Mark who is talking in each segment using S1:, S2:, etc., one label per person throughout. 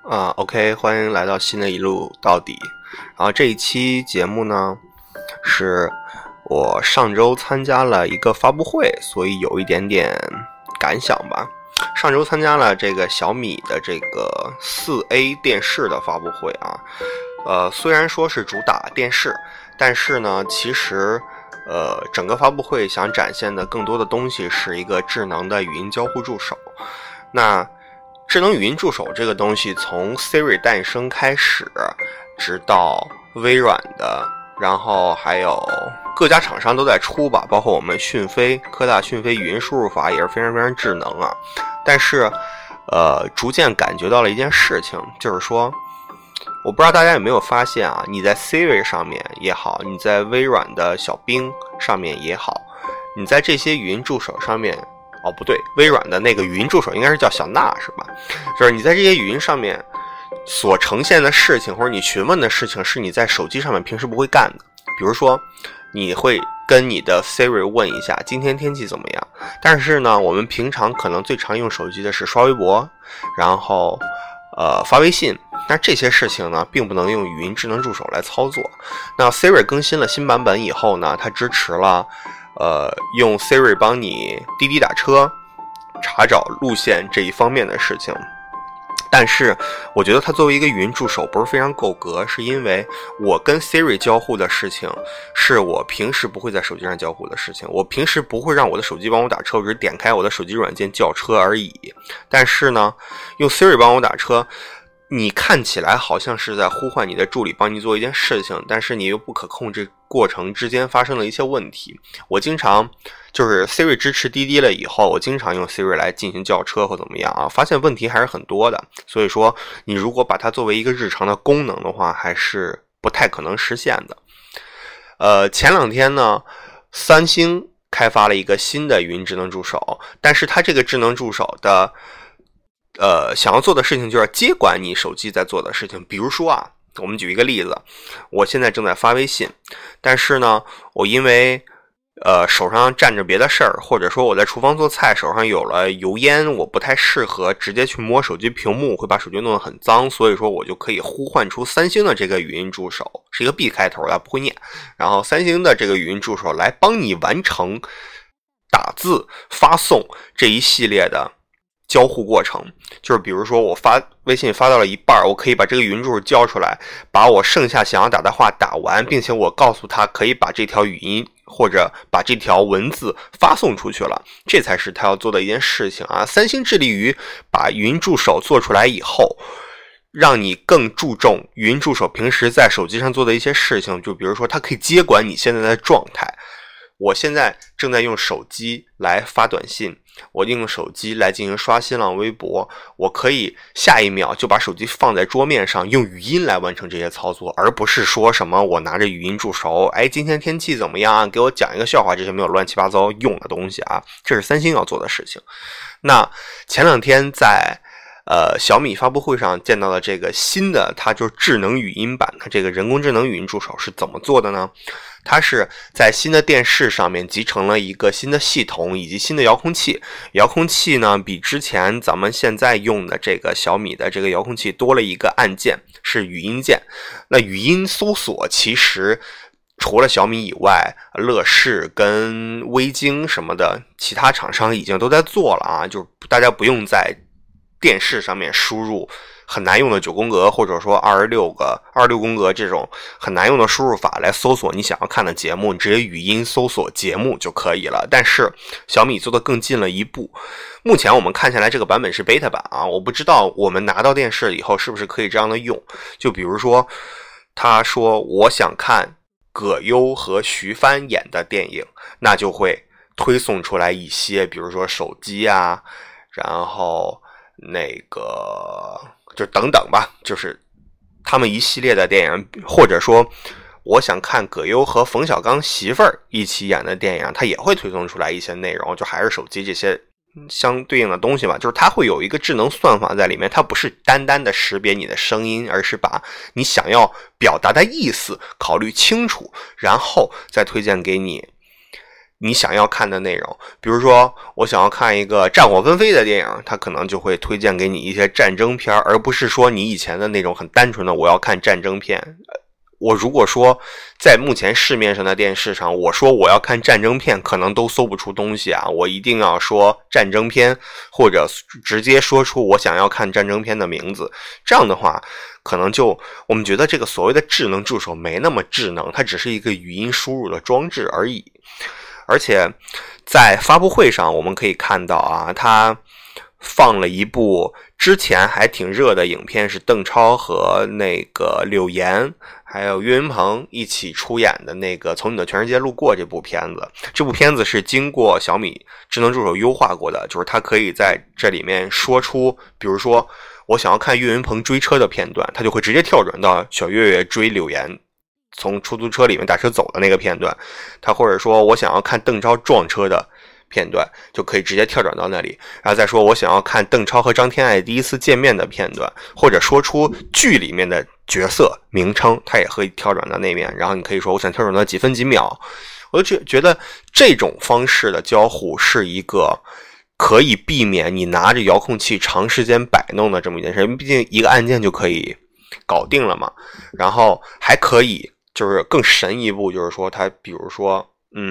S1: OK， 欢迎来到新的一路到底。然后这一期节目呢，是我上周参加了一个发布会，所以有一点点感想吧。上周参加了这个小米的这个 4A 电视的发布会啊，虽然说是主打电视，但是呢，其实整个发布会想展现的更多的东西是一个智能的语音交互助手。那智能语音助手这个东西从 Siri 诞生开始，直到微软的，然后还有各家厂商都在出吧，包括我们讯飞、科大讯飞语音输入法也是非常非常智能啊。但是逐渐感觉到了一件事情，就是说我不知道大家有没有发现啊，你在 Siri 上面也好，你在微软的小冰上面也好，你在这些语音助手上面，不对，微软的那个语音助手应该是叫小娜是吧？就是你在这些语音上面所呈现的事情，或者你询问的事情，是你在手机上面平时不会干的。比如说你会跟你的 Siri 问一下今天天气怎么样，但是呢，我们平常可能最常用手机的是刷微博，然后发微信，但这些事情呢并不能用语音智能助手来操作。那 Siri 更新了新版本以后呢，它支持了用 Siri 帮你滴滴打车、查找路线这一方面的事情。但是我觉得它作为一个语音助手不是非常够格，是因为我跟 Siri 交互的事情是我平时不会在手机上交互的事情，我平时不会让我的手机帮我打车，我只是点开我的手机软件叫车而已。但是呢，用 Siri 帮我打车，你看起来好像是在呼唤你的助理帮你做一件事情，但是你又不可控制过程之间发生了一些问题。我经常就是 Siri 支持滴滴了以后，我经常用 Siri 来进行叫车或怎么样啊，发现问题还是很多的。所以说你如果把它作为一个日常的功能的话，还是不太可能实现的。前两天呢，三星开发了一个新的语音智能助手，但是它这个智能助手的想要做的事情就是接管你手机在做的事情。比如说啊，我们举一个例子，我现在正在发微信，但是呢，我因为手上站着别的事儿，或者说我在厨房做菜，手上有了油烟，我不太适合直接去摸手机屏幕，会把手机弄得很脏，所以说我就可以呼唤出三星的这个语音助手，是一个 B 开头的，不会念，然后三星的这个语音助手来帮你完成打字发送这一系列的交互过程。就是比如说我发微信发到了一半，我可以把这个语音助手叫出来，把我剩下想要打的话打完，并且我告诉他可以把这条语音或者把这条文字发送出去了，这才是他要做的一件事情啊。三星致力于把语音助手做出来以后，让你更注重语音助手平时在手机上做的一些事情，就比如说它可以接管你现在的状态。我现在正在用手机来发短信，我用手机来进行刷新浪微博，我可以下一秒就把手机放在桌面上，用语音来完成这些操作，而不是说什么我拿着语音助手，今天天气怎么样啊，给我讲一个笑话，这些没有乱七八糟用的东西啊，这是三星要做的事情。那前两天在小米发布会上见到的这个新的，它就是智能语音版的这个人工智能语音助手是怎么做的呢？它是在新的电视上面集成了一个新的系统以及新的遥控器。遥控器呢，比之前咱们现在用的这个小米的这个遥控器多了一个按键，是语音键。那语音搜索其实除了小米以外，乐视跟微晶什么的其他厂商已经都在做了啊，就是大家不用在电视上面输入很难用的9宫格或者说26宫格这种很难用的输入法来搜索你想要看的节目，你直接语音搜索节目就可以了。但是小米做得更进了一步，目前我们看下来这个版本是 beta 版啊，我不知道我们拿到电视以后是不是可以这样的用。就比如说他说我想看葛优和徐帆演的电影，那就会推送出来一些比如说手机啊，然后那个就等等吧，就是他们一系列的电影，或者说我想看葛优和冯小刚媳妇儿一起演的电影，它也会推送出来一些内容，就还是手机这些相对应的东西嘛，就是它会有一个智能算法在里面，它不是单单的识别你的声音，而是把你想要表达的意思考虑清楚，然后再推荐给你你想要看的内容。比如说我想要看一个战火纷飞的电影，它可能就会推荐给你一些战争片，而不是说你以前的那种很单纯的我要看战争片。我如果说在目前市面上的电视上，我说我要看战争片，可能都搜不出东西啊。我一定要说战争片，或者直接说出我想要看战争片的名字。这样的话，可能就我们觉得这个所谓的智能助手没那么智能，它只是一个语音输入的装置而已。而且在发布会上我们可以看到啊，它放了一部之前还挺热的影片，是邓超和那个柳岩还有岳云鹏一起出演的那个《从你的全世界路过》这部片子。这部片子是经过小米智能助手优化过的，就是它可以在这里面说出，比如说我想要看岳云鹏追车的片段，它就会直接跳转到小岳岳追柳岩从出租车里面打车走的那个片段，他或者说我想要看邓超撞车的片段，就可以直接跳转到那里。然后再说我想要看邓超和张天爱第一次见面的片段，或者说出剧里面的角色名称，它也可以跳转到那边。然后你可以说我想跳转到几分几秒。我就觉得这种方式的交互是一个可以避免你拿着遥控器长时间摆弄的这么一件事，毕竟一个按键就可以搞定了嘛。然后还可以就是更神一步，就是说它比如说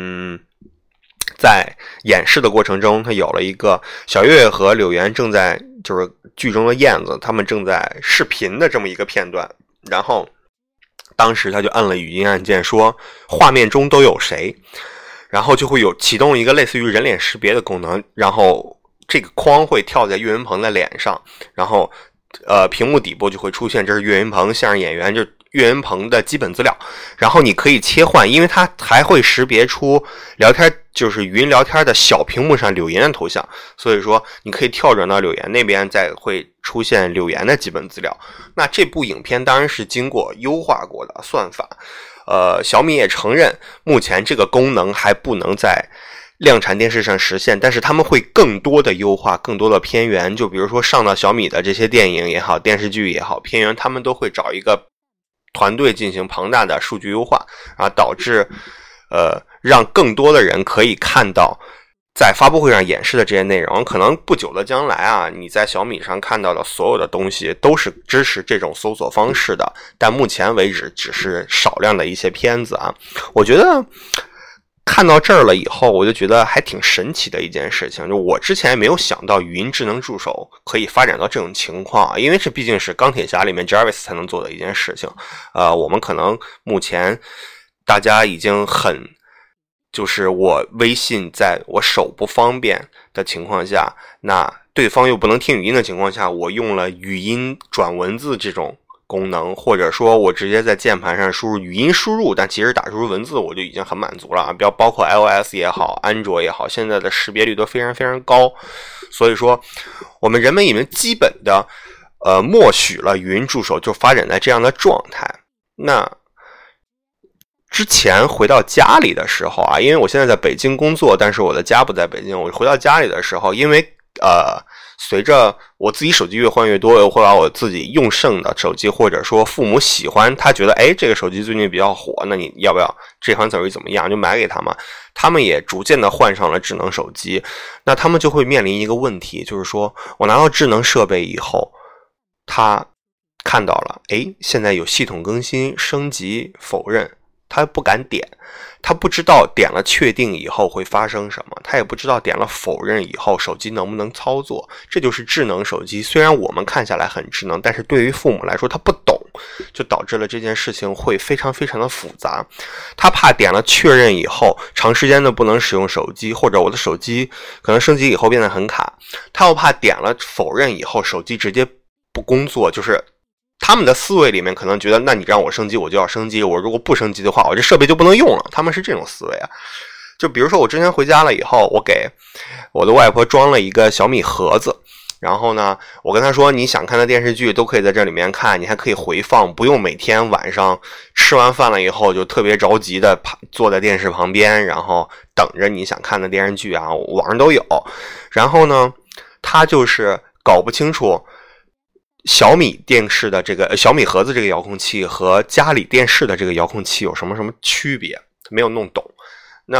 S1: 在演示的过程中，他有了一个小岳岳和柳岩正在就是剧中的燕子他们正在视频的这么一个片段，然后当时他就按了语音按键说画面中都有谁，然后就会有启动一个类似于人脸识别的功能，然后这个框会跳在岳云鹏的脸上，然后屏幕底部就会出现这是岳云鹏相声演员，就是岳云鹏的基本资料，然后你可以切换，因为它还会识别出聊天就是语音聊天的小屏幕上柳岩的头像，所以说你可以跳转到柳岩那边，再会出现柳岩的基本资料。那这部影片当然是经过优化过的算法，小米也承认目前这个功能还不能在量产电视上实现，但是他们会更多的优化，更多的偏源，就比如说上到小米的这些电影也好，电视剧也好，偏源他们都会找一个团队进行庞大的数据优化，然后导致让更多的人可以看到在发布会上演示的这些内容。可能不久的将来啊，你在小米上看到的所有的东西都是支持这种搜索方式的，但目前为止只是少量的一些片子啊。我觉得看到这儿了以后，我就觉得还挺神奇的一件事情，就我之前没有想到语音智能助手可以发展到这种情况，因为这毕竟是钢铁侠里面 Jarvis 才能做的一件事情。我们可能目前大家已经就是我微信在我手不方便的情况下，那对方又不能听语音的情况下，我用了语音转文字这种功能，或者说我直接在键盘上输入语音输入，但其实打出文字我就已经很满足了啊！包括 iOS 也好，安卓也好，现在的识别率都非常非常高，所以说我们人们已经基本的默许了语音助手就发展在这样的状态。那之前回到家里的时候啊，因为我现在在北京工作，但是我的家不在北京，我回到家里的时候，因为随着我自己手机越换越多，我会把我自己用剩的手机，或者说父母喜欢，他觉得这个手机最近比较火，那你要不要这款手机怎么样，就买给他们。他们也逐渐的换上了智能手机，那他们就会面临一个问题，就是说我拿到智能设备以后，他看到了现在有系统更新升级否认，他不敢点，他不知道点了确定以后会发生什么，他也不知道点了否认以后手机能不能操作。这就是智能手机，虽然我们看下来很智能，但是对于父母来说他不懂，就导致了这件事情会非常非常的复杂。他怕点了确认以后长时间的不能使用手机，或者我的手机可能升级以后变得很卡，他又怕点了否认以后手机直接不工作，就是他们的思维里面可能觉得，那你让我升级我就要升级，我如果不升级的话我这设备就不能用了，他们是这种思维啊。就比如说我之前回家了以后，我给我的外婆装了一个小米盒子，然后呢我跟她说你想看的电视剧都可以在这里面看，你还可以回放，不用每天晚上吃完饭了以后就特别着急的坐在电视旁边，然后等着你想看的电视剧啊，网上都有。然后呢她就是搞不清楚小米电视的这个小米盒子这个遥控器和家里电视的这个遥控器有什么区别，没有弄懂。那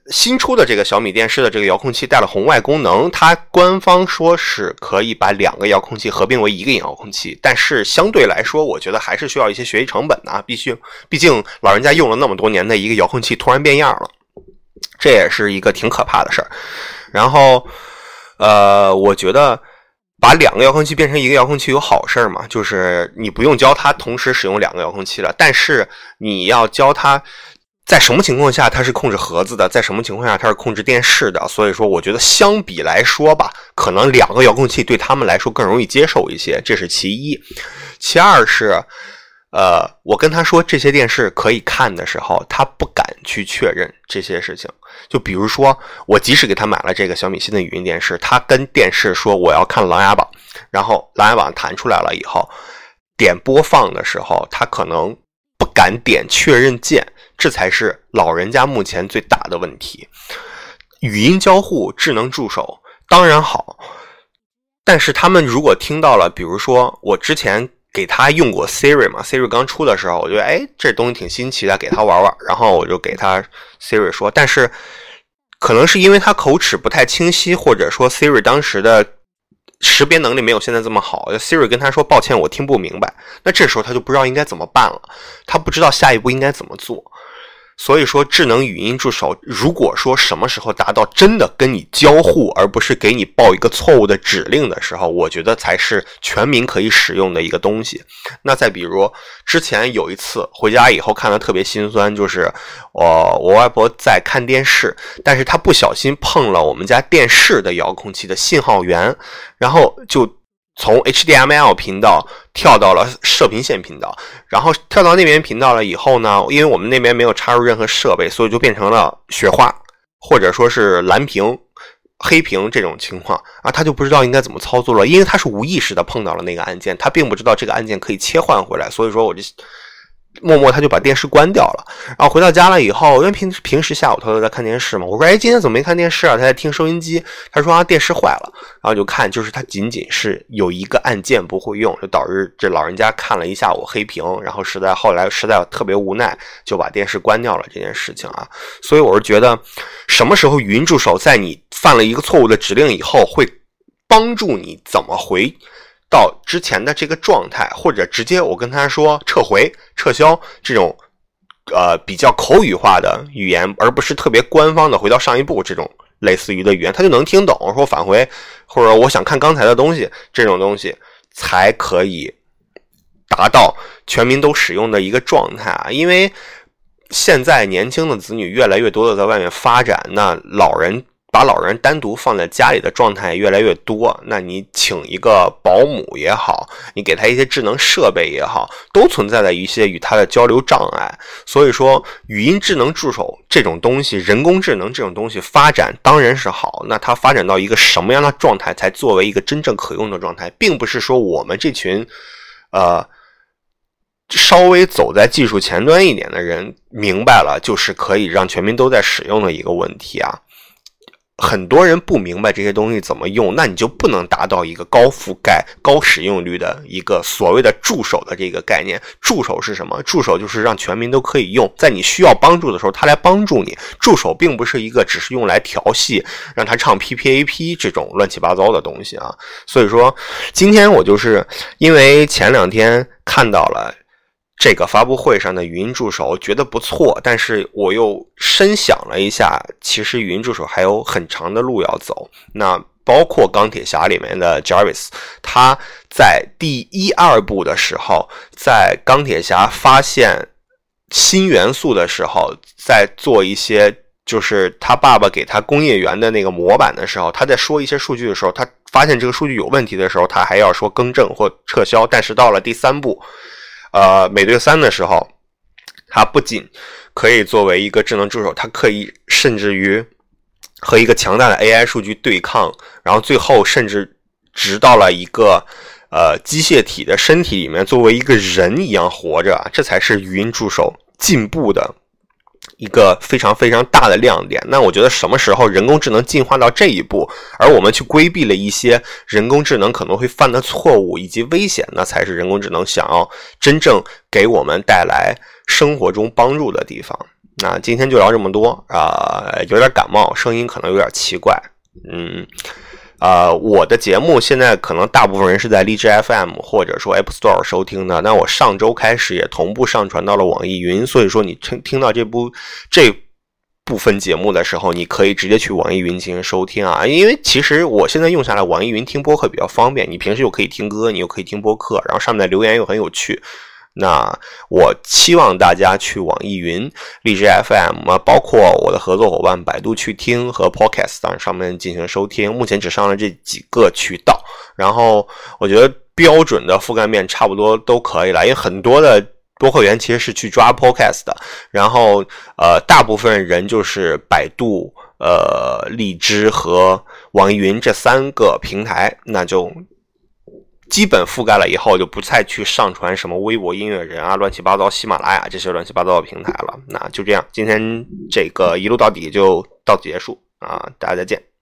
S1: 新出的这个小米电视的这个遥控器带了红外功能，它官方说是可以把2个遥控器合并为一个遥控器，但是相对来说我觉得还是需要一些学习成本的，毕竟老人家用了那么多年的一个遥控器突然变样了，这也是一个挺可怕的事儿。然后我觉得把2个遥控器变成一个遥控器有好事嘛，就是你不用教他同时使用2个遥控器了，但是你要教他在什么情况下它是控制盒子的，在什么情况下它是控制电视的，所以说我觉得相比来说吧，可能2个遥控器对他们来说更容易接受一些，这是其一。其二是我跟他说这些电视可以看的时候，他不敢去确认这些事情。就比如说我即使给他买了这个小米新的语音电视，他跟电视说我要看琅琊榜，然后琅琊榜弹出来了以后，点播放的时候他可能不敢点确认键，这才是老人家目前最大的问题。语音交互智能助手当然好，但是他们如果听到了，比如说我之前给他用过 Siri 嘛 ，Siri 刚出的时候我觉得这东西挺新奇的，给他玩玩，然后我就给他 Siri 说，但是可能是因为他口齿不太清晰，或者说 Siri 当时的识别能力没有现在这么好， Siri 跟他说抱歉我听不明白，那这时候他就不知道应该怎么办了，他不知道下一步应该怎么做。所以说智能语音助手如果说什么时候达到真的跟你交互，而不是给你报一个错误的指令的时候，我觉得才是全民可以使用的一个东西。那再比如之前有一次回家以后看得特别心酸，就是我外婆在看电视，但是她不小心碰了我们家电视的遥控器的信号源，然后就从 HDMI 频道跳到了射频线频道，然后跳到那边频道了以后呢，因为我们那边没有插入任何设备，所以就变成了雪花或者说是蓝屏黑屏这种情况啊，他就不知道应该怎么操作了，因为他是无意识的碰到了那个按键，他并不知道这个按键可以切换回来，所以说我就默默他就把电视关掉了。然后回到家了以后，因为平时下午他都在看电视嘛，我说今天怎么没看电视啊？他在听收音机，他说电视坏了，然后就看，就是他仅仅是有一个按键不会用，就导致这老人家看了一下午黑屏，然后后来实在特别无奈，就把电视关掉了这件事情啊。所以我是觉得什么时候语音助手在你犯了一个错误的指令以后，会帮助你怎么回到之前的这个状态，或者直接我跟他说撤回撤销这种比较口语化的语言，而不是特别官方的回到上一步这种类似于的语言，他就能听懂，说返回或者我想看刚才的东西，这种东西才可以达到全民都使用的一个状态啊。因为现在年轻的子女越来越多的在外面发展，那把老人单独放在家里的状态越来越多，那你请一个保姆也好，你给他一些智能设备也好，都存在着一些与他的交流障碍。所以说语音智能助手这种东西，人工智能这种东西发展当然是好，那它发展到一个什么样的状态才作为一个真正可用的状态，并不是说我们这群稍微走在技术前端一点的人明白了就是可以让全民都在使用的一个问题啊。很多人不明白这些东西怎么用，那你就不能达到一个高覆盖高使用率的一个所谓的助手的这个概念。助手是什么？助手就是让全民都可以用，在你需要帮助的时候他来帮助你。助手并不是一个只是用来调戏让他唱 PPAP 这种乱七八糟的东西啊。所以说今天我就是因为前2天看到了这个发布会上的语音助手觉得不错，但是我又深想了一下，其实语音助手还有很长的路要走。那包括钢铁侠里面的 Jarvis， 他在第1、2部的时候，在钢铁侠发现新元素的时候，在做一些就是他爸爸给他工业园的那个模板的时候，他在说一些数据的时候，他发现这个数据有问题的时候，他还要说更正或撤销。但是到了第3部美队3的时候，它不仅可以作为一个智能助手，它可以甚至于和一个强大的 AI 数据对抗，然后最后甚至直到了一个机械体的身体里面作为一个人一样活着，这才是语音助手进步的一个非常非常大的亮点。那我觉得什么时候人工智能进化到这一步，而我们去规避了一些人工智能可能会犯的错误以及危险，那才是人工智能想要真正给我们带来生活中帮助的地方。 那今天就聊这么多有点感冒，声音可能有点奇怪。我的节目现在可能大部分人是在荔枝 FM 或者说 App Store 收听的，那我上周开始也同步上传到了网易云，所以说你听到这部分节目的时候，你可以直接去网易云进行收听啊。因为其实我现在用下来网易云听播客比较方便，你平时又可以听歌，你又可以听播客，然后上面的留言又很有趣。那我期望大家去网易云、荔枝 FM 包括我的合作伙伴百度去听和 Podcast 上面进行收听。目前只上了这几个渠道，然后我觉得标准的覆盖面差不多都可以了，因为很多的播客源其实是去抓 Podcast 的，然后大部分人就是百度、荔枝和网易云这3个平台，那就基本覆盖了以后，就不再去上传什么微博音乐人乱七八糟喜马拉雅这些乱七八糟的平台了。那就这样，今天这个一路到底就到此结束大家再见。